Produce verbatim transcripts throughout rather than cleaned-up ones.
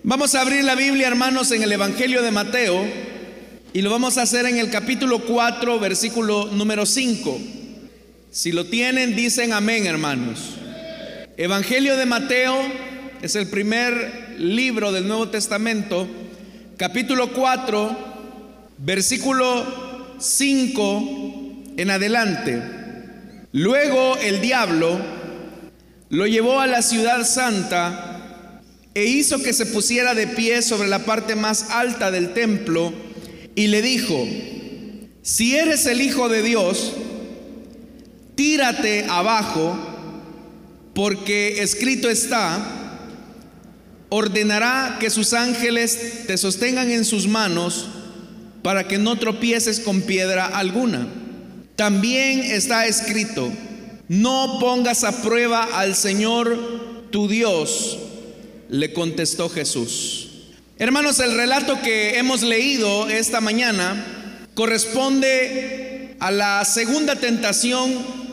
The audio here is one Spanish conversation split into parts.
Vamos a abrir la Biblia, hermanos, en el Evangelio de Mateo, y lo vamos a hacer en el capítulo cuatro, versículo número cinco. Si lo tienen, dicen amén, hermanos. Evangelio de Mateo es el primer libro del Nuevo Testamento, capítulo cuatro, versículo cinco en adelante. Luego el diablo lo llevó a la ciudad santa e hizo que se pusiera de pie sobre la parte más alta del templo y le dijo: si eres el Hijo de Dios, tírate abajo, porque escrito está: ordenará que sus ángeles te sostengan en sus manos para que no tropieces con piedra alguna. También está escrito: no pongas a prueba al Señor tu Dios. Le contestó Jesús. Hermanos, el relato que hemos leído esta mañana corresponde a la segunda tentación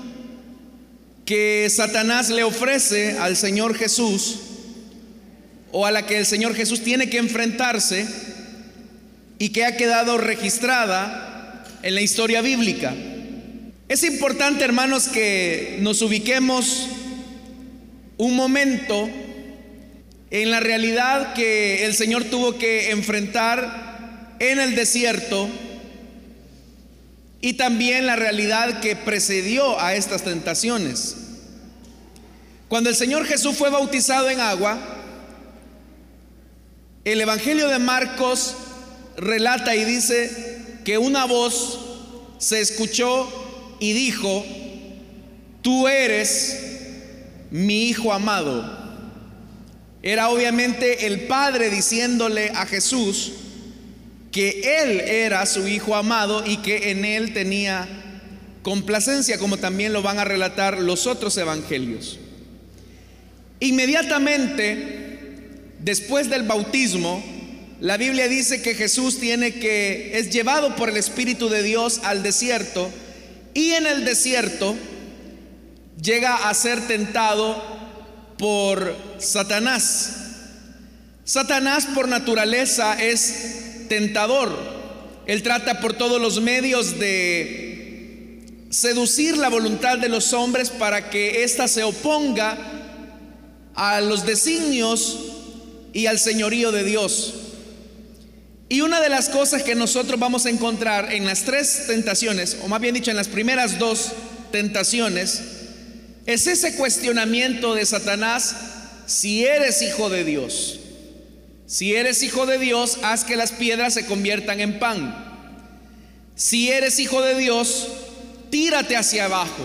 que Satanás le ofrece al Señor Jesús, o a la que el Señor Jesús tiene que enfrentarse y que ha quedado registrada en la historia bíblica. Es importante, hermanos, que nos ubiquemos un momento en la realidad que el Señor tuvo que enfrentar en el desierto y también la realidad que precedió a estas tentaciones. Cuando el Señor Jesús fue bautizado en agua, el Evangelio de Marcos relata y dice que una voz se escuchó y dijo: tú eres mi Hijo amado. Era obviamente el Padre diciéndole a Jesús que Él era su Hijo amado y que en Él tenía complacencia, como también lo van a relatar los otros evangelios. Inmediatamente después del bautismo, la Biblia dice que Jesús tiene que es llevado por el Espíritu de Dios al desierto, y en el desierto llega a ser tentado por Satanás. Satanás por naturaleza es tentador. Él trata por todos los medios de seducir la voluntad de los hombres para que ésta se oponga a los designios y al señorío de Dios. Y una de las cosas que nosotros vamos a encontrar en las tres tentaciones, o más bien dicho en las primeras dos tentaciones, es ese cuestionamiento de Satanás: si eres hijo de Dios, si eres hijo de Dios, haz que las piedras se conviertan en pan. Si eres hijo de Dios, tírate hacia abajo.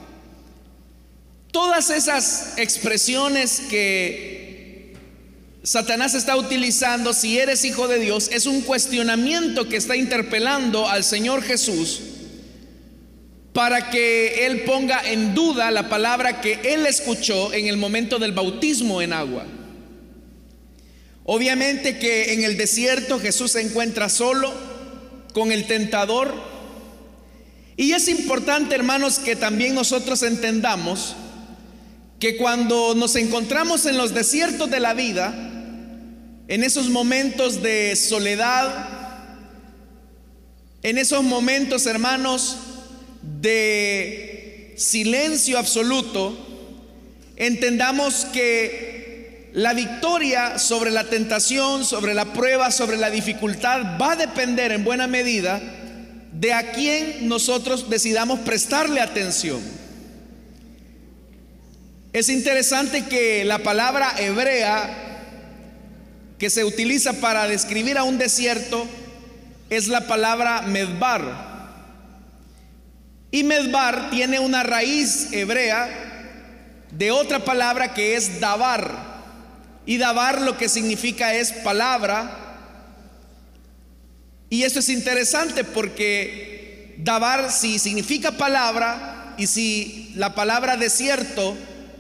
Todas esas expresiones que Satanás está utilizando, si eres hijo de Dios, es un cuestionamiento que está interpelando al Señor Jesús para que Él ponga en duda la palabra que Él escuchó en el momento del bautismo en agua. Obviamente que en el desierto Jesús se encuentra solo con el tentador. Y es importante, hermanos, que también nosotros entendamos que cuando nos encontramos en los desiertos de la vida, en esos momentos de soledad, en esos momentos, hermanos, de silencio absoluto, entendamos que la victoria sobre la tentación, sobre la prueba, sobre la dificultad va a depender en buena medida de a quién nosotros decidamos prestarle atención. Es interesante que la palabra hebrea que se utiliza para describir a un desierto es la palabra medbar. Y medbar tiene una raíz hebrea de otra palabra que es dabar. Y dabar lo que significa es palabra. Y esto es interesante porque dabar, si significa palabra, y si la palabra desierto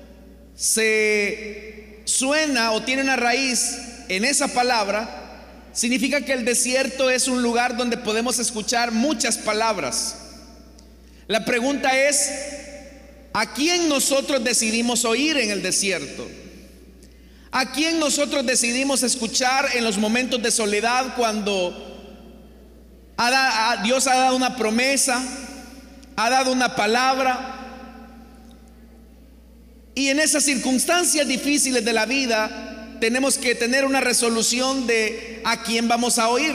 se suena o tiene una raíz en esa palabra, significa que el desierto es un lugar donde podemos escuchar muchas palabras. La pregunta es: ¿a quién nosotros decidimos oír en el desierto? ¿A quién nosotros decidimos escuchar en los momentos de soledad cuando Dios ha dado una promesa, ha dado una palabra? Y en esas circunstancias difíciles de la vida tenemos que tener una resolución de a quién vamos a oír.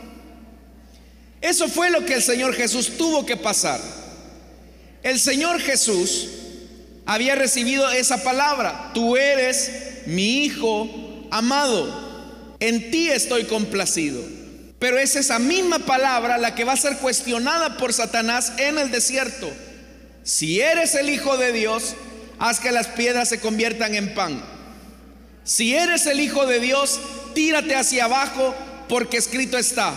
Eso fue lo que el Señor Jesús tuvo que pasar. El Señor Jesús había recibido esa palabra: tú eres mi Hijo amado, en ti estoy complacido. Pero es esa misma palabra la que va a ser cuestionada por Satanás en el desierto. Si eres el Hijo de Dios, haz que las piedras se conviertan en pan. Si eres el Hijo de Dios, tírate hacia abajo, porque escrito está.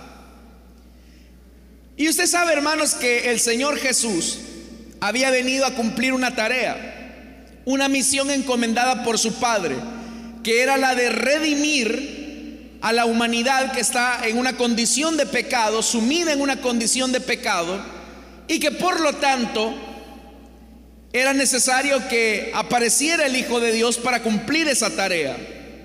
Y usted sabe, hermanos, que el Señor Jesús había venido a cumplir una tarea, una misión encomendada por su Padre, que era la de redimir a la humanidad que está en una condición de pecado, sumida en una condición de pecado, y que por lo tanto era necesario que apareciera el Hijo de Dios para cumplir esa tarea.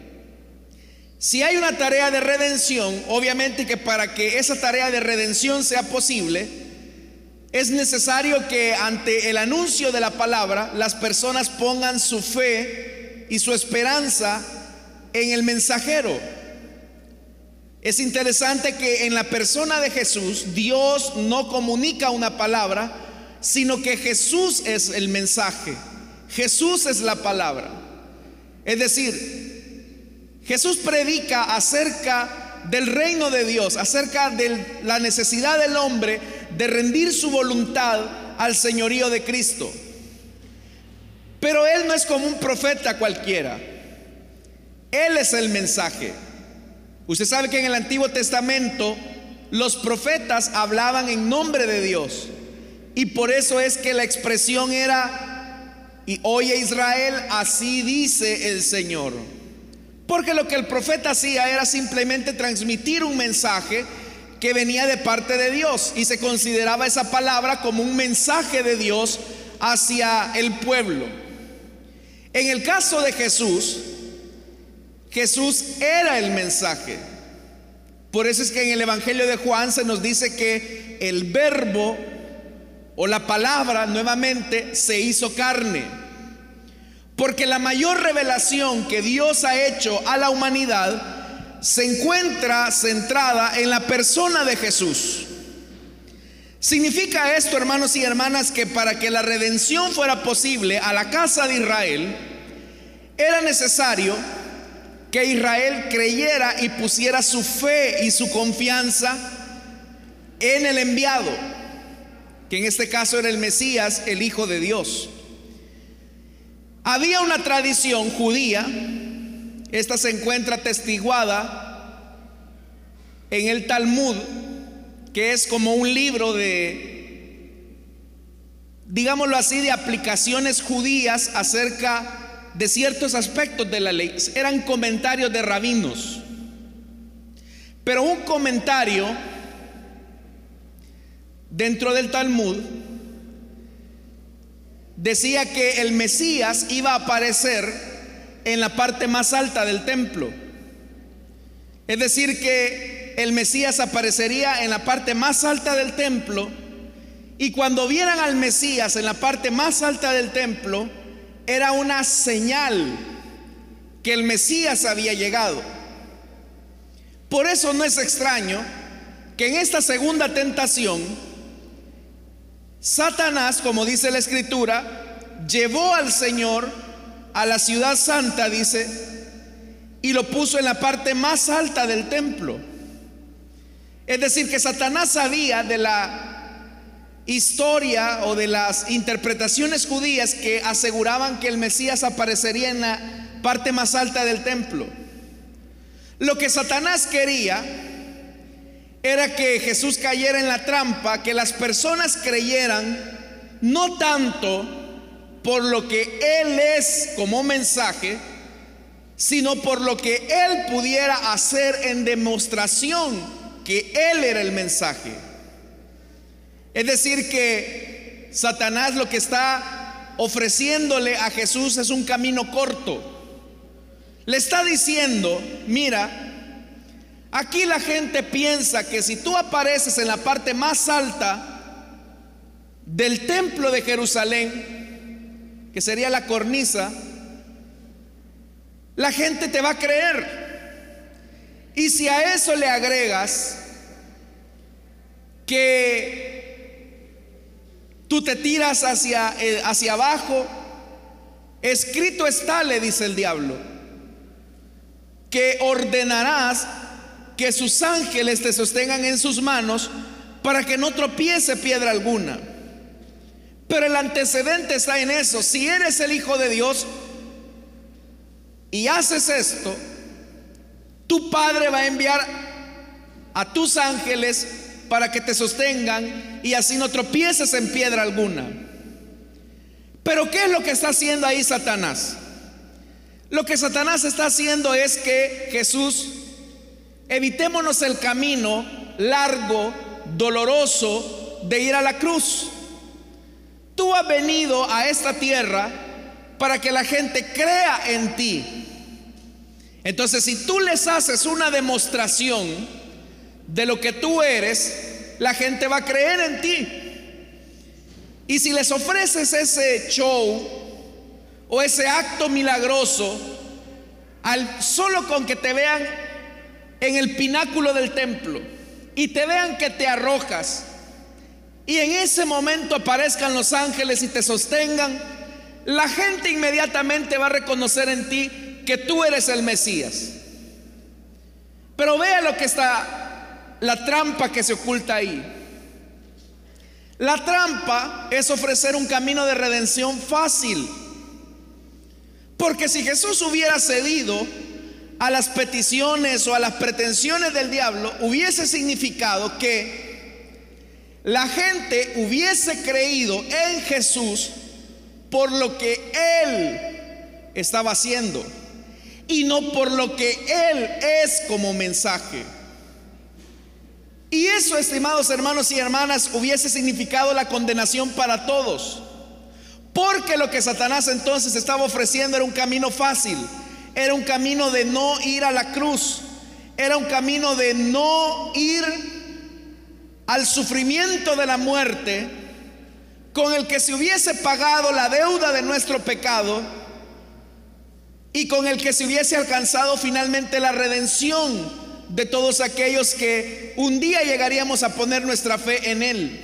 Si hay una tarea de redención, obviamente que para que esa tarea de redención sea posible, es necesario que ante el anuncio de la palabra las personas pongan su fe y su esperanza en el mensajero. Es interesante que en la persona de Jesús, Dios no comunica una palabra, sino que Jesús es el mensaje, Jesús es la palabra. Es decir, Jesús predica acerca del reino de Dios, acerca de la necesidad del hombre de rendir su voluntad al señorío de Cristo. Pero Él no es como un profeta cualquiera, Él es el mensaje. Usted sabe que en el Antiguo Testamento los profetas hablaban en nombre de Dios, y por eso es que la expresión era: y oye Israel, así dice el Señor. Porque lo que el profeta hacía era simplemente transmitir un mensaje que venía de parte de Dios, y se consideraba esa palabra como un mensaje de Dios hacia el pueblo. En el caso de Jesús, Jesús era el mensaje. Por eso es que en el Evangelio de Juan se nos dice que el verbo o la palabra nuevamente se hizo carne, porque la mayor revelación que Dios ha hecho a la humanidad se encuentra centrada en la persona de Jesús. Significa esto, hermanos y hermanas, que para que la redención fuera posible a la casa de Israel, era necesario que Israel creyera y pusiera su fe y su confianza en el enviado, que en este caso era el Mesías, el Hijo de Dios. Había una tradición judía, esta se encuentra atestiguada en el Talmud, que es como un libro de, digámoslo así, de aplicaciones judías acerca de ciertos aspectos de la ley. Eran comentarios de rabinos, pero un comentario dentro del Talmud decía que el Mesías iba a aparecer en la parte más alta del templo. Es decir, que el Mesías aparecería en la parte más alta del templo, y cuando vieran al Mesías en la parte más alta del templo, era una señal que el Mesías había llegado. Por eso no es extraño que en esta segunda tentación, Satanás, como dice la Escritura, llevó al Señor a la ciudad santa, dice, y lo puso en la parte más alta del templo. Es decir, que Satanás sabía de la historia o de las interpretaciones judías que aseguraban que el Mesías aparecería en la parte más alta del templo. Lo que Satanás quería era que Jesús cayera en la trampa, que las personas creyeran no tanto por lo que Él es como mensaje, sino por lo que Él pudiera hacer en demostración que Él era el mensaje. Es decir, que Satanás lo que está ofreciéndole a Jesús es un camino corto. Le está diciendo: mira, aquí la gente piensa que si tú apareces en la parte más alta del templo de Jerusalén, que sería la cornisa, la gente te va a creer. Y si a eso le agregas que tú te tiras hacia, hacia abajo, escrito está, le dice el diablo, que ordenarás que sus ángeles te sostengan en sus manos para que no tropiece piedra alguna. Pero el antecedente está en eso. Si eres el Hijo de Dios y haces esto, tu Padre va a enviar a tus ángeles para que te sostengan y así no tropieces en piedra alguna. Pero ¿qué es lo que está haciendo ahí Satanás? Lo que Satanás está haciendo es que Jesús, evitémonos el camino largo, doloroso de ir a la cruz. Tú has venido a esta tierra para que la gente crea en ti. Entonces, si tú les haces una demostración de lo que tú eres, la gente va a creer en ti. Y si les ofreces ese show o ese acto milagroso, al, solo con que te vean en el pináculo del templo y te vean que te arrojas y en ese momento aparezcan los ángeles y te sostengan, la gente inmediatamente va a reconocer en ti que tú eres el Mesías. Pero vea lo que está, la trampa que se oculta ahí. La trampa es ofrecer un camino de redención fácil. Porque si Jesús hubiera cedido a las peticiones o a las pretensiones del diablo, hubiese significado que la gente hubiese creído en Jesús por lo que Él estaba haciendo y no por lo que Él es como mensaje. Y eso, estimados hermanos y hermanas, hubiese significado la condenación para todos. Porque lo que Satanás entonces estaba ofreciendo era un camino fácil, era un camino de no ir a la cruz, era un camino de no ir al sufrimiento de la muerte, con el que se hubiese pagado la deuda de nuestro pecado y con el que se hubiese alcanzado finalmente la redención de todos aquellos que un día llegaríamos a poner nuestra fe en Él.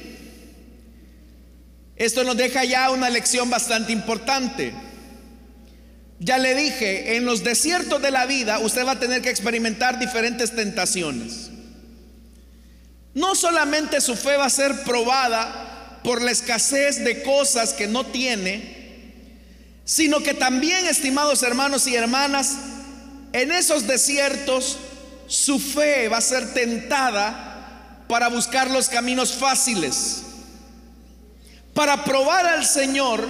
Esto nos deja ya una lección bastante importante. Ya le dije, en los desiertos de la vida usted va a tener que experimentar diferentes tentaciones. No solamente su fe va a ser probada por la escasez de cosas que no tiene, sino que también, estimados hermanos y hermanas, en esos desiertos su fe va a ser tentada para buscar los caminos fáciles, para probar al Señor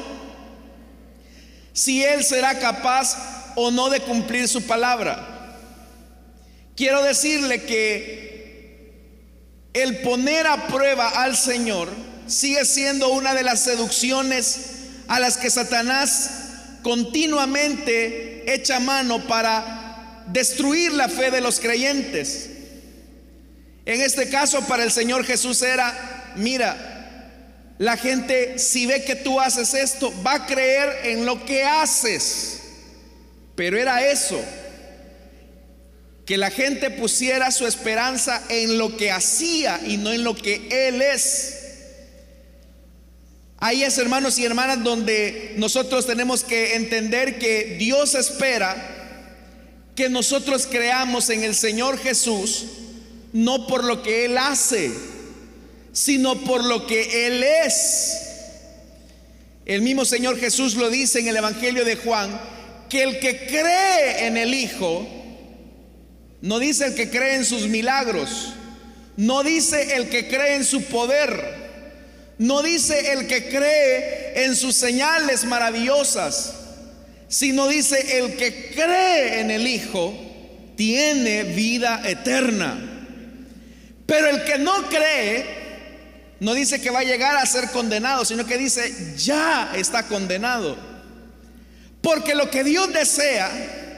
si Él será capaz o no de cumplir su palabra. Quiero decirle que el poner a prueba al Señor sigue siendo una de las seducciones a las que Satanás continuamente echa mano para destruir la fe de los creyentes. En este caso, para el Señor Jesús era: mira, la gente, si ve que tú haces esto, va a creer en lo que haces. Pero era eso, que la gente pusiera su esperanza en lo que hacía y no en lo que Él es. Ahí es, hermanos y hermanas, donde nosotros tenemos que entender que Dios espera que nosotros creamos en el Señor Jesús, no por lo que Él hace, sino por lo que Él es. El mismo Señor Jesús lo dice en el Evangelio de Juan, que el que cree en el Hijo, no dice el que cree en sus milagros, no dice el que cree en su poder, no dice el que cree en sus señales maravillosas, sino dice el que cree en el Hijo tiene vida eterna. Pero el que no cree no dice que va a llegar a ser condenado, sino que dice ya está condenado. Porque lo que Dios desea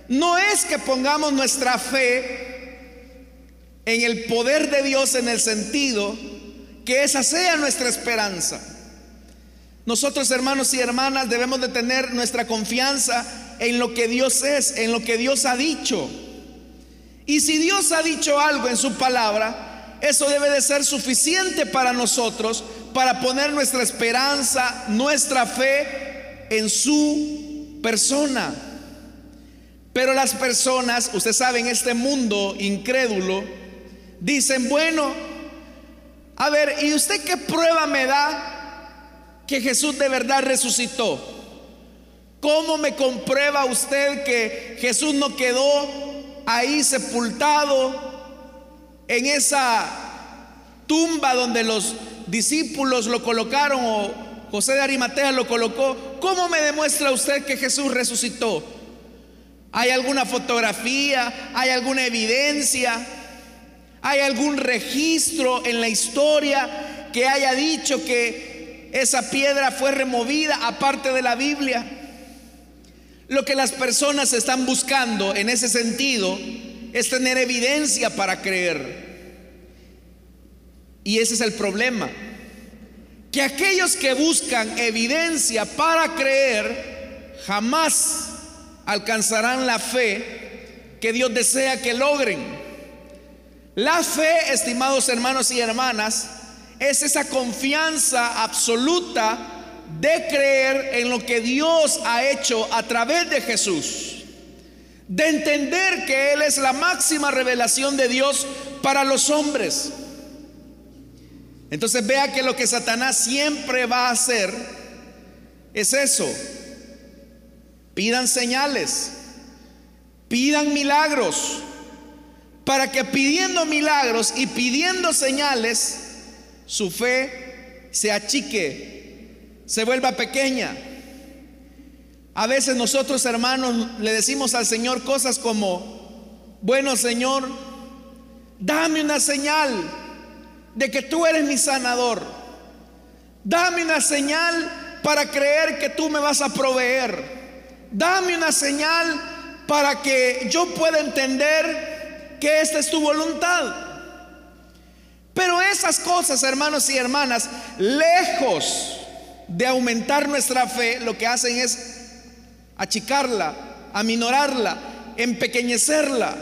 no es que pongamos nuestra fe en el poder de Dios en el sentido que esa sea nuestra esperanza. Nosotros, hermanos y hermanas, debemos de tener nuestra confianza en lo que Dios es, en lo que Dios ha dicho. Y si Dios ha dicho algo en su palabra, eso debe de ser suficiente para nosotros, para poner nuestra esperanza, nuestra fe en su persona. Pero las personas, usted sabe, en este mundo incrédulo, dicen, bueno, a ver, ¿y usted qué prueba me da que Jesús de verdad resucitó? ¿Cómo me comprueba usted que Jesús no quedó ahí sepultado en esa tumba donde los discípulos lo colocaron, o José de Arimatea lo colocó? ¿Cómo me demuestra usted que Jesús resucitó? ¿Hay alguna fotografía? ¿Hay alguna evidencia? ¿Hay algún registro en la historia que haya dicho que esa piedra fue removida aparte de la Biblia? Lo que las personas están buscando en ese sentido es tener evidencia para creer. Y ese es el problema, que aquellos que buscan evidencia para creer jamás alcanzarán la fe que Dios desea que logren. La fe, estimados hermanos y hermanas, es esa confianza absoluta de creer en lo que Dios ha hecho a través de Jesús, de entender que Él es la máxima revelación de Dios para los hombres. Entonces vea que lo que Satanás siempre va a hacer es eso: pidan señales, pidan milagros, para que pidiendo milagros y pidiendo señales, su fe se achique, se vuelva pequeña. A veces nosotros, hermanos, le decimos al Señor cosas como: bueno, Señor, dame una señal de que tú eres mi sanador, dame una señal para creer que tú me vas a proveer, dame una señal para que yo pueda entender que esta es tu voluntad. Pero esas cosas, hermanos y hermanas, lejos de aumentar nuestra fe, lo que hacen es achicarla, aminorarla, empequeñecerla.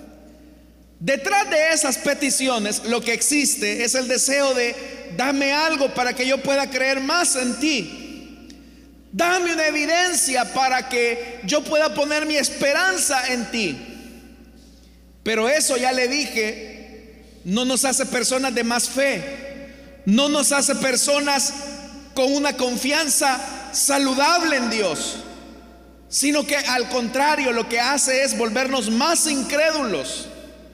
Detrás de esas peticiones lo que existe es el deseo de: dame algo para que yo pueda creer más en ti, dame una evidencia para que yo pueda poner mi esperanza en ti. Pero eso, ya le dije, no nos hace personas de más fe, no nos hace personas con una confianza saludable en Dios, sino que al contrario, lo que hace es volvernos más incrédulos.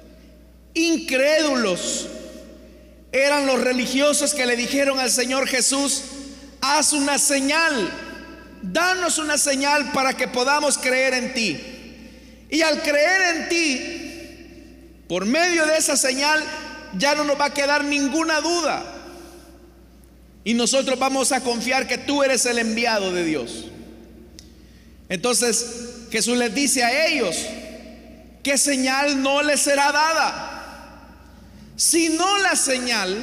Incrédulos eran los religiosos que le dijeron al Señor Jesús: haz una señal, danos una señal para que podamos creer en ti. Y al creer en ti, por medio de esa señal, ya no nos va a quedar ninguna duda, y nosotros vamos a confiar que tú eres el enviado de Dios. Entonces Jesús les dice a ellos: ¿qué señal no les será dada? Sino la señal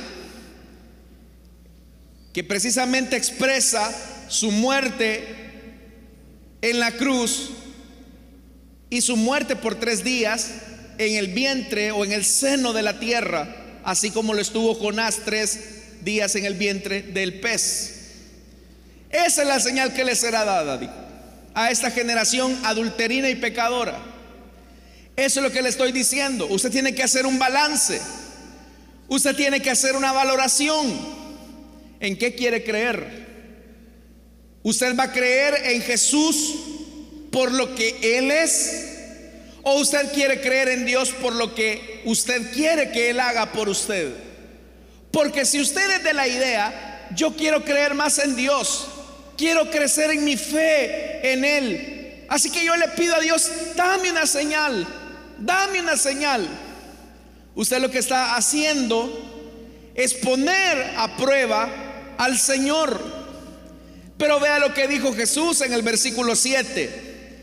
que precisamente expresa su muerte en la cruz y su muerte por tres días en el vientre o en el seno de la tierra, así como lo estuvo Jonás tres días en el vientre del pez. Esa es la señal que les será dada, digo, a esta generación adulterina y pecadora. Eso es lo que le estoy diciendo. Usted tiene que hacer un balance, usted tiene que hacer una valoración. ¿En qué quiere creer? ¿Usted va a creer en Jesús por lo que Él es? ¿O usted quiere creer en Dios por lo que usted quiere que Él haga por usted? Porque si usted es de la idea: yo quiero creer más en Dios, quiero crecer en mi fe en Él, así que yo le pido a Dios: dame una señal, dame una señal. Usted lo que está haciendo es poner a prueba al Señor. Pero vea lo que dijo Jesús en el versículo siete.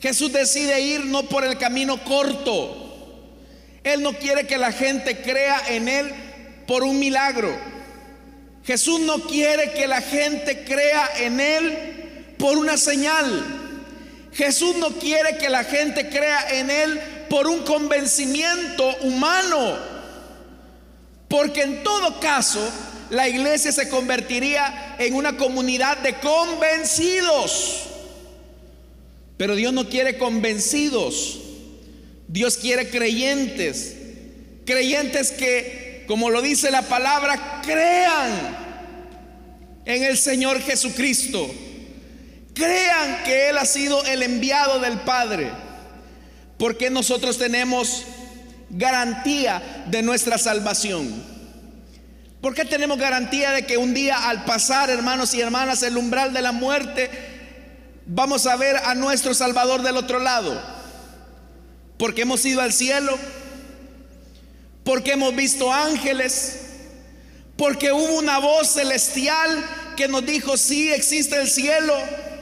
Jesús decide ir no por el camino corto. Él no quiere que la gente crea en Él por un milagro. Jesús no quiere que la gente crea en Él por una señal. Jesús no quiere que la gente crea en Él por un convencimiento humano. Porque en todo caso, la iglesia se convertiría en una comunidad de convencidos. Pero Dios no quiere convencidos. Dios quiere creyentes. Creyentes que, como lo dice la palabra, crean en el Señor Jesucristo. Crean que Él ha sido el enviado del Padre. Porque nosotros tenemos garantía de nuestra salvación. ¿Por qué tenemos garantía de que un día, al pasar, hermanos y hermanas, el umbral de la muerte, vamos a ver a nuestro Salvador del otro lado? Porque hemos ido al cielo, porque hemos visto ángeles, porque hubo una voz celestial que nos dijo: sí, existe el cielo,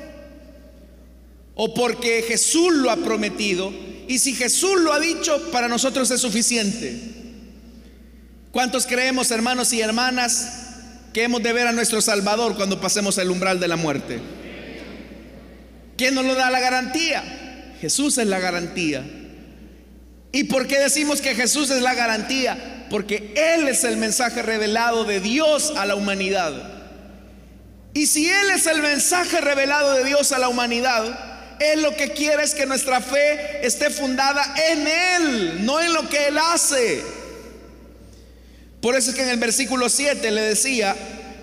o porque Jesús lo ha prometido. Y si Jesús lo ha dicho, para nosotros es suficiente. ¿Cuántos creemos, hermanos y hermanas, que hemos de ver a nuestro Salvador cuando pasemos el umbral de la muerte? ¿Quién nos lo da la garantía? Jesús es la garantía. ¿Y por qué decimos que Jesús es la garantía? Porque Él es el mensaje revelado de Dios a la humanidad. Y si Él es el mensaje revelado de Dios a la humanidad, Él lo que quiere es que nuestra fe esté fundada en Él, no en lo que Él hace. Por eso es que en el versículo siete le decía,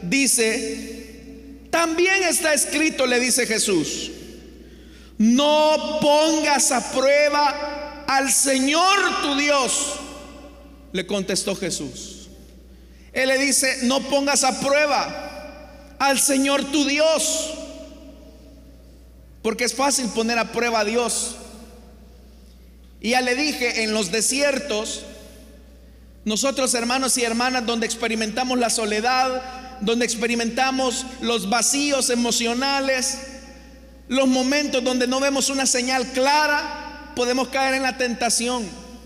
dice: también está escrito, le dice Jesús, no pongas a prueba al Señor tu Dios. Le contestó Jesús. Él le dice: no pongas a prueba al Señor tu Dios. Porque es fácil poner a prueba a Dios. Y ya le dije, en los desiertos, nosotros, hermanos y hermanas, donde experimentamos la soledad, donde experimentamos los vacíos emocionales, los momentos donde no vemos una señal clara, podemos caer en la tentación.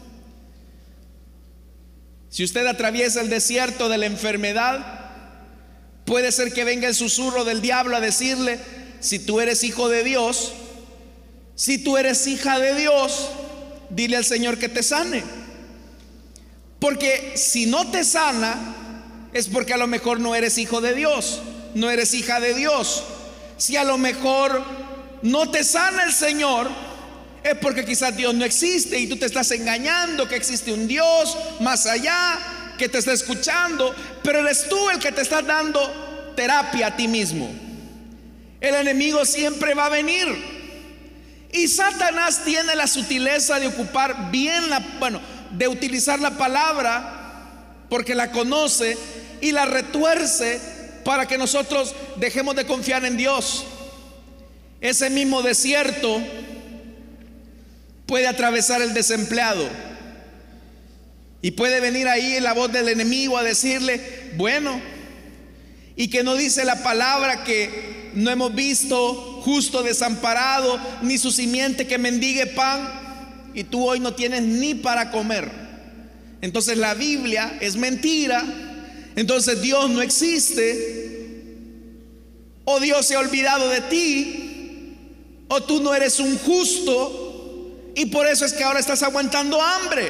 Si usted atraviesa el desierto de la enfermedad, puede ser que venga el susurro del diablo a decirle: si tú eres hijo de Dios, si tú eres hija de Dios, dile al Señor que te sane. Porque si no te sana, es porque a lo mejor no eres hijo de Dios, no eres hija de Dios. Si a lo mejor no te sana el Señor, es porque quizás Dios no existe y tú te estás engañando que existe un Dios más allá que te está escuchando, pero eres tú el que te estás dando terapia a ti mismo. El enemigo siempre va a venir, y Satanás tiene la sutileza de ocupar bien la, bueno, de utilizar la palabra porque la conoce y la retuerce para que nosotros dejemos de confiar en Dios. Ese mismo desierto puede atravesar el desempleado y puede venir ahí la voz del enemigo a decirle: bueno, y que no dice la palabra que no hemos visto justo desamparado, ni su simiente que mendigue pan, y tú hoy no tienes ni para comer. Entonces la Biblia es mentira. Entonces Dios no existe, o Dios se ha olvidado de ti, o tú no eres un justo, y por eso es que ahora estás aguantando hambre.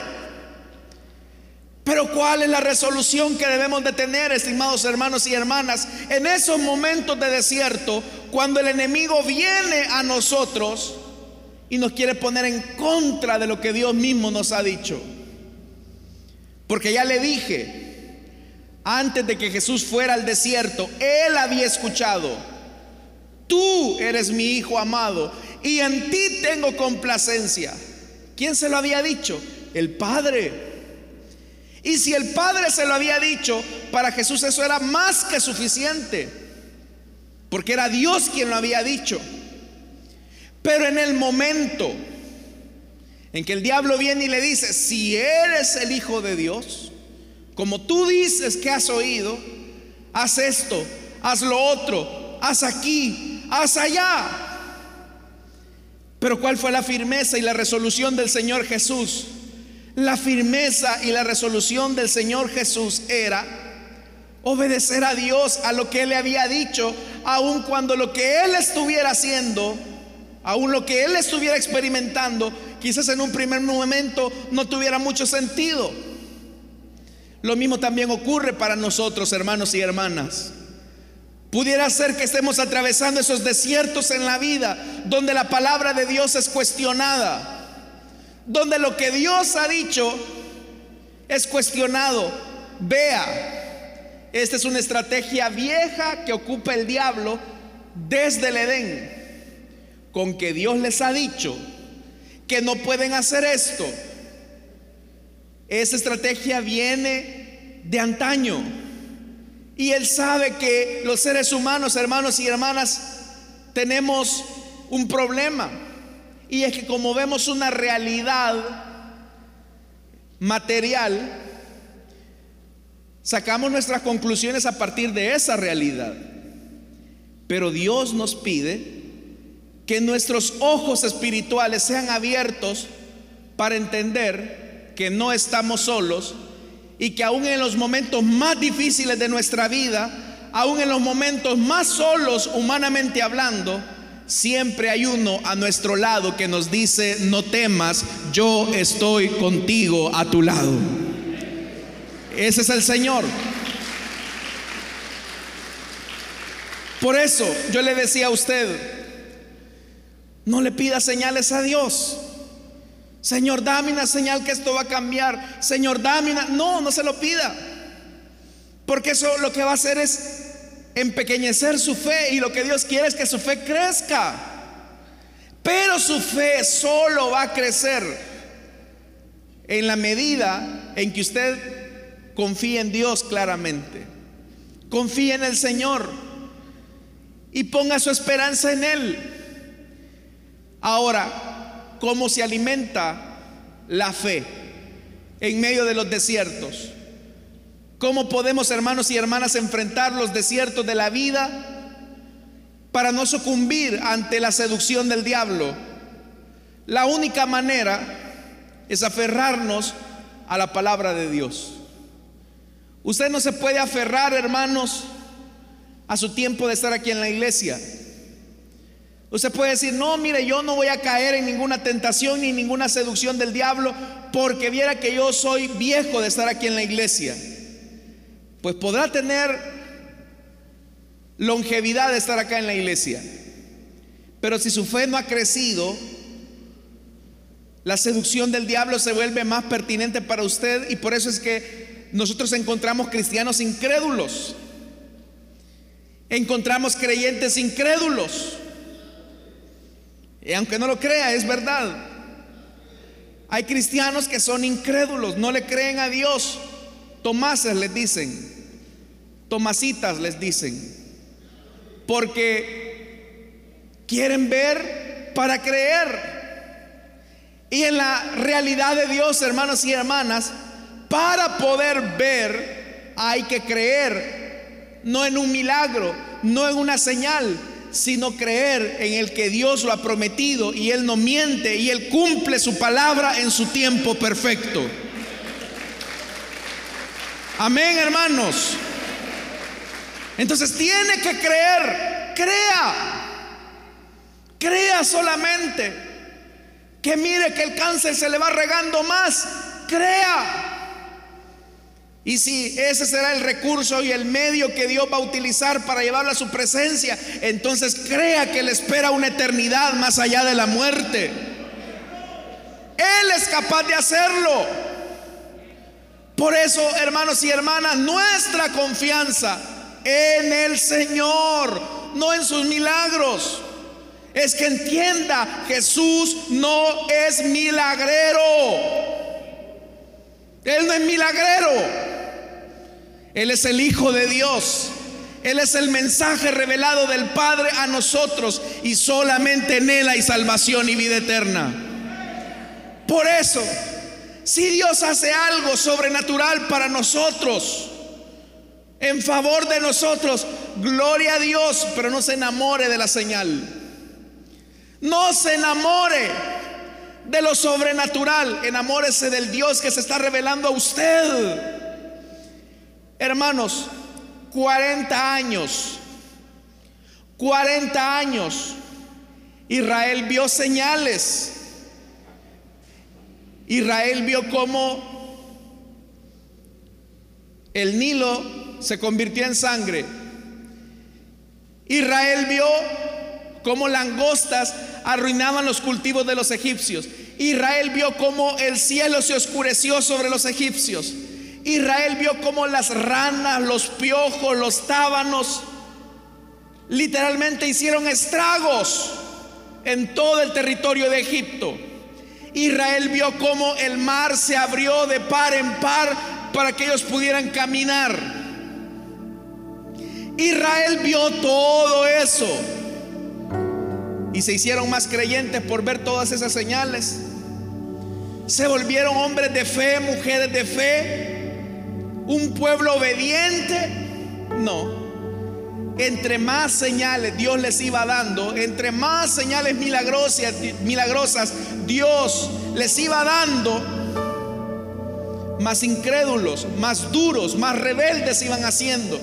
Pero ¿cuál es la resolución que debemos de tener, estimados hermanos y hermanas, en esos momentos de desierto, cuando el enemigo viene a nosotros y nos quiere poner en contra de lo que Dios mismo nos ha dicho? Porque ya le dije, antes de que Jesús fuera al desierto, Él había escuchado: tú eres mi hijo amado y en ti tengo complacencia. ¿Quién se lo había dicho? El Padre. Y si el Padre se lo había dicho, para Jesús eso era más que suficiente, porque era Dios quien lo había dicho. Pero en el momento en que el diablo viene y le dice: si eres el Hijo de Dios, como tú dices que has oído, haz esto, haz lo otro, haz aquí, haz allá. Pero ¿cuál fue la firmeza y la resolución del Señor Jesús? La firmeza y la resolución del Señor Jesús era obedecer a Dios, a lo que Él le había dicho, aun cuando lo que Él estuviera haciendo, aun lo que Él estuviera experimentando, quizás en un primer momento no tuviera mucho sentido. Lo mismo también ocurre para nosotros, hermanos y hermanas. Pudiera ser que estemos atravesando esos desiertos en la vida, donde la palabra de Dios es cuestionada, donde lo que Dios ha dicho es cuestionado. Vea, esta es una estrategia vieja que ocupa el diablo desde el Edén. Con que Dios les ha dicho que no pueden hacer esto, esa estrategia viene de antaño. Y Él sabe que los seres humanos, hermanos y hermanas, tenemos un problema. Y es que como vemos una realidad material, sacamos nuestras conclusiones a partir de esa realidad. Pero Dios nos pide que nuestros ojos espirituales sean abiertos para entender que no estamos solos y que aún en los momentos más difíciles de nuestra vida, aún en los momentos más solos humanamente hablando, siempre hay uno a nuestro lado que nos dice: no temas, yo estoy contigo a tu lado. Ese es el Señor. Por eso yo le decía a usted, no le pida señales a Dios. Señor, dame una señal que esto va a cambiar. Señor, dame una... No, no se lo pida, porque eso lo que va a hacer es empequeñecer su fe, y lo que Dios quiere es que su fe crezca. Pero su fe solo va a crecer en la medida en que usted confíe en Dios claramente, confíe en el Señor y ponga su esperanza en Él. Ahora, ¿cómo se alimenta la fe en medio de los desiertos? ¿Cómo podemos, hermanos y hermanas, enfrentar los desiertos de la vida para no sucumbir ante la seducción del diablo? La única manera es aferrarnos a la palabra de Dios. Usted no se puede aferrar, hermanos, a su tiempo de estar aquí en la iglesia. Usted puede decir: no, mire, yo no voy a caer en ninguna tentación ni ninguna seducción del diablo, porque viera que yo soy viejo de estar aquí en la iglesia. Pues podrá tener longevidad de estar acá en la iglesia, pero si su fe no ha crecido, la seducción del diablo se vuelve más pertinente para usted. Y por eso es que nosotros encontramos cristianos incrédulos, encontramos creyentes incrédulos. Y aunque no lo crea, es verdad. Hay cristianos que son incrédulos, no le creen a Dios. Tomases les dicen, Tomasitas les dicen, porque quieren ver para creer. Y en la realidad de Dios, hermanos y hermanas, para poder ver hay que creer, no en un milagro, no en una señal, sino creer en el que Dios lo ha prometido, y Él no miente, y Él cumple su palabra en su tiempo perfecto. Amén, hermanos. Entonces tiene que creer. Crea, crea solamente. Que mire que el cáncer se le va regando más. Crea. Y si ese será el recurso y el medio que Dios va a utilizar para llevarlo a su presencia, entonces crea que le espera una eternidad más allá de la muerte. Él es capaz de hacerlo. Por eso, hermanos y hermanas, nuestra confianza en el Señor, no en sus milagros. Es que entienda, Jesús no es milagrero. Él no es milagrero. Él es el Hijo de Dios. Él es el mensaje revelado del Padre a nosotros, y solamente en Él hay salvación y vida eterna. Por eso, si Dios hace algo sobrenatural para nosotros, en favor de nosotros, gloria a Dios, pero no se enamore de la señal. No se enamore de lo sobrenatural, enamórese del Dios que se está revelando a usted. Hermanos, cuarenta años, cuarenta años, Israel vio señales. Israel vio cómo el Nilo se convirtió en sangre. Israel vio cómo langostas arruinaban los cultivos de los egipcios. Israel vio cómo el cielo se oscureció sobre los egipcios. Israel vio cómo las ranas, los piojos, los tábanos literalmente hicieron estragos en todo el territorio de Egipto. Israel vio cómo el mar se abrió de par en par para que ellos pudieran caminar. Israel vio todo eso y se hicieron más creyentes por ver todas esas señales. Se volvieron hombres de fe, mujeres de fe, un pueblo obediente. No. Entre más señales Dios les iba dando, entre más señales milagrosas, milagrosas Dios les iba dando, más incrédulos, más duros, más rebeldes iban haciendo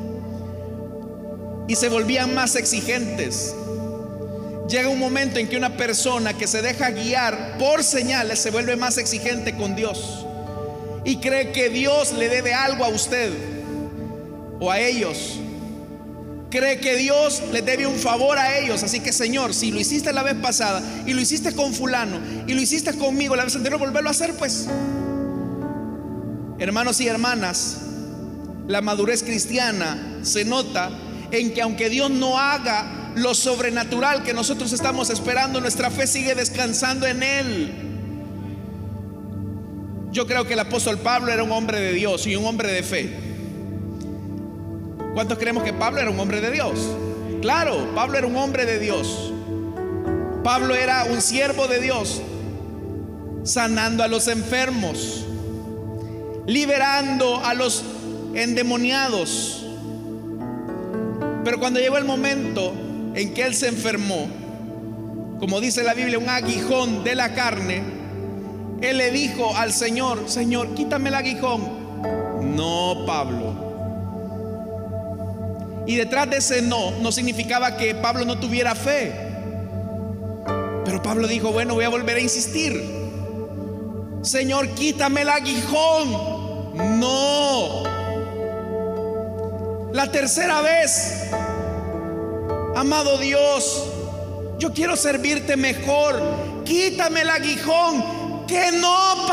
y se volvían más exigentes. Llega un momento en que una persona que se deja guiar por señales se vuelve más exigente con Dios y cree que Dios le debe algo a usted o a ellos. Cree que Dios les debe un favor a ellos. Así que, Señor, si lo hiciste la vez pasada y lo hiciste con fulano y lo hiciste conmigo la vez anterior, volverlo a hacer, pues. Hermanos y hermanas, la madurez cristiana se nota en que aunque Dios no haga lo sobrenatural que nosotros estamos esperando, nuestra fe sigue descansando en Él. Yo creo que el apóstol Pablo era un hombre de Dios y un hombre de fe. ¿Cuántos creemos que Pablo era un hombre de Dios? Claro, Pablo era un hombre de Dios. Pablo era un siervo de Dios, sanando a los enfermos, liberando a los endemoniados. Pero cuando llegó el momento en que él se enfermó, como dice la Biblia, un aguijón de la carne, él le dijo al Señor: Señor, quítame el aguijón. No, Pablo. Y detrás de ese no, no significaba que Pablo no tuviera fe. Pero Pablo dijo: bueno, voy a volver a insistir. Señor, quítame el aguijón. No. La tercera vez: amado Dios, yo quiero servirte mejor. Quítame el aguijón. Que no,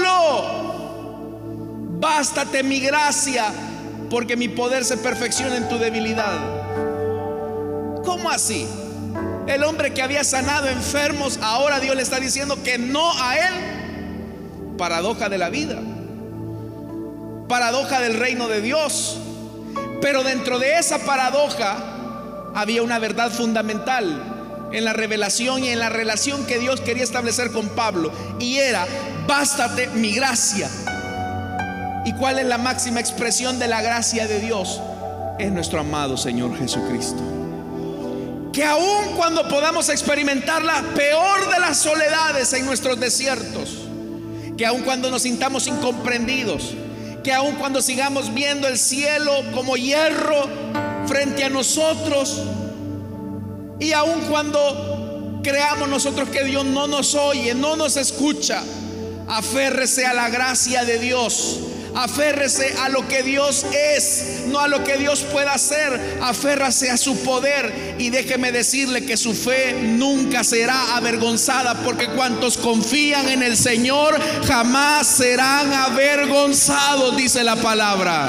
Pablo. Bástate mi gracia, porque mi poder se perfecciona en tu debilidad. ¿Cómo así? El hombre que había sanado enfermos, ahora Dios le está diciendo que no a él. Paradoja de la vida, paradoja del reino de Dios. Pero dentro de esa paradoja había una verdad fundamental en la revelación y en la relación que Dios quería establecer con Pablo, y era: bástate mi gracia. ¿Y cuál es la máxima expresión de la gracia de Dios? Es nuestro amado Señor Jesucristo. Que aun cuando podamos experimentar la peor de las soledades en nuestros desiertos, que aun cuando nos sintamos incomprendidos, que aun cuando sigamos viendo el cielo como hierro frente a nosotros, y aun cuando creamos nosotros que Dios no nos oye, no nos escucha, aférrese a la gracia de Dios. Aférrese a lo que Dios es, no a lo que Dios pueda hacer. Aférrase a su poder, y déjeme decirle que su fe nunca será avergonzada, porque cuantos confían en el Señor jamás serán avergonzados, dice la palabra.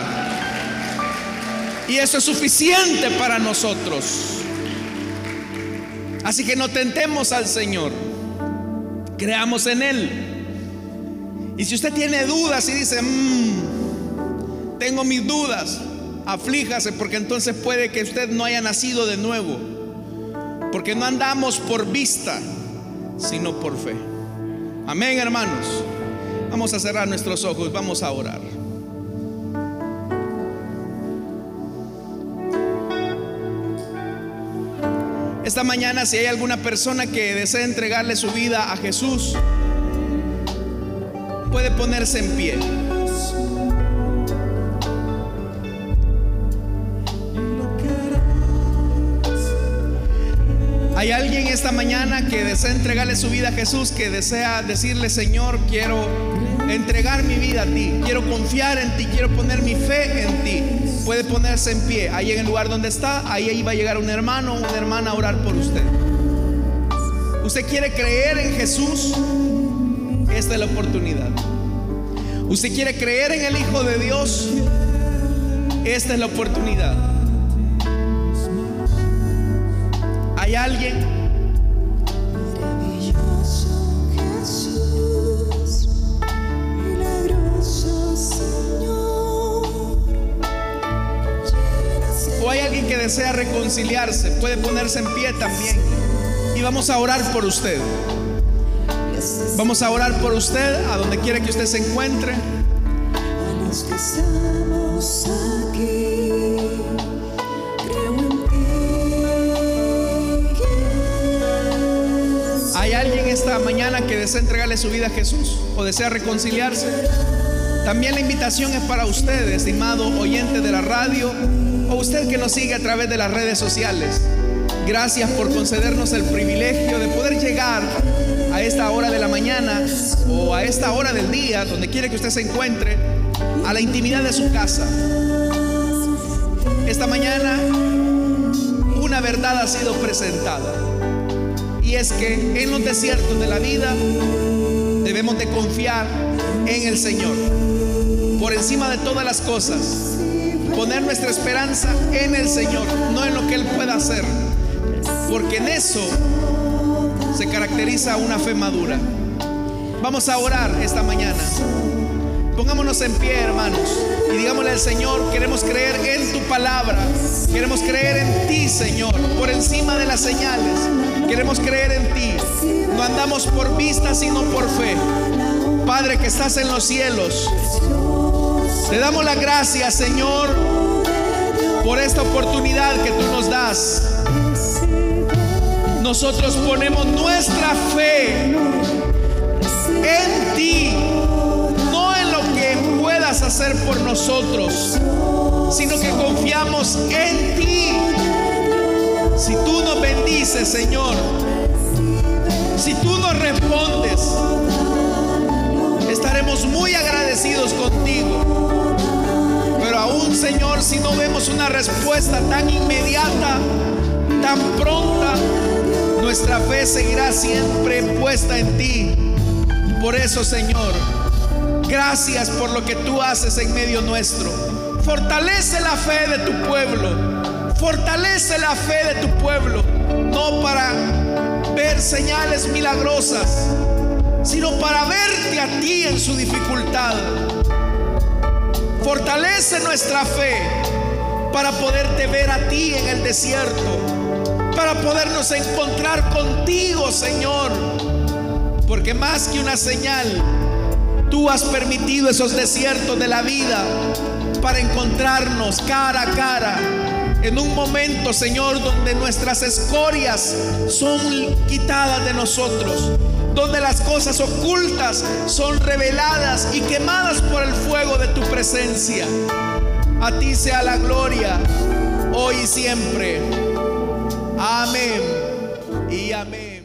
Y eso es suficiente para nosotros. Así que no tentemos al Señor, creamos en Él. Y si usted tiene dudas y dice: mmm, tengo mis dudas, aflíjase, porque entonces puede que usted no haya nacido de nuevo, porque no andamos por vista, sino por fe. Amén, hermanos. Vamos a cerrar nuestros ojos, vamos a orar. Esta mañana, si hay alguna persona que desea entregarle su vida a Jesús, puede ponerse en pie. Hay alguien esta mañana que desea entregarle su vida a Jesús, que desea decirle: Señor, quiero entregar mi vida a ti, quiero confiar en ti, quiero poner mi fe en ti. Puede ponerse en pie ahí en el lugar donde está. Ahí, ahí va a llegar un hermano o una hermana a orar por usted. Usted quiere creer en Jesús, esta es la oportunidad. Usted quiere creer en el Hijo de Dios, esta es la oportunidad. ¿Hay alguien? Maravilloso Jesús, milagroso Señor. ¿O hay alguien que desea reconciliarse? Puede ponerse en pie también. Y vamos a orar por usted. Vamos a orar por usted a donde quiera que usted se encuentre. A los que estamos aquí, creo en ti. ¿Hay alguien esta mañana que desea entregarle su vida a Jesús o desea reconciliarse? También la invitación es para usted, estimado oyente de la radio, o usted que nos sigue a través de las redes sociales. Gracias por concedernos el privilegio de poder llegar a esta hora de la mañana o a esta hora del día, donde quiera que usted se encuentre, a la intimidad de su casa. Esta mañana una verdad ha sido presentada, y es que en los desiertos de la vida debemos de confiar en el Señor por encima de todas las cosas. Poner nuestra esperanza en el Señor, no en lo que Él pueda hacer, porque en eso se caracteriza una fe madura. Vamos a orar esta mañana. Pongámonos en pie, hermanos, y digámosle al Señor: queremos creer en tu palabra, queremos creer en ti, Señor, por encima de las señales. Queremos creer en ti. No andamos por vista, sino por fe. Padre que estás en los cielos, te damos las gracias, Señor, por esta oportunidad que tú nos das. Nosotros ponemos nuestra fe en ti, no en lo que puedas hacer por nosotros, sino que confiamos en ti. Si tú nos bendices, Señor, si tú nos respondes, estaremos muy agradecidos contigo. Pero aún, Señor, si no vemos una respuesta tan inmediata, tan pronta, nuestra fe seguirá siempre puesta en ti. Por eso, Señor, gracias por lo que tú haces en medio nuestro. Fortalece la fe de tu pueblo. Fortalece la fe de tu pueblo, no para ver señales milagrosas, sino para verte a ti en su dificultad. Fortalece nuestra fe para poderte ver a ti en el desierto, para podernos encontrar contigo, Señor, porque más que una señal, tú has permitido esos desiertos de la vida para encontrarnos cara a cara en un momento, Señor, donde nuestras escorias son quitadas de nosotros, donde las cosas ocultas son reveladas y quemadas por el fuego de tu presencia. A ti sea la gloria hoy y siempre. Amén y amén.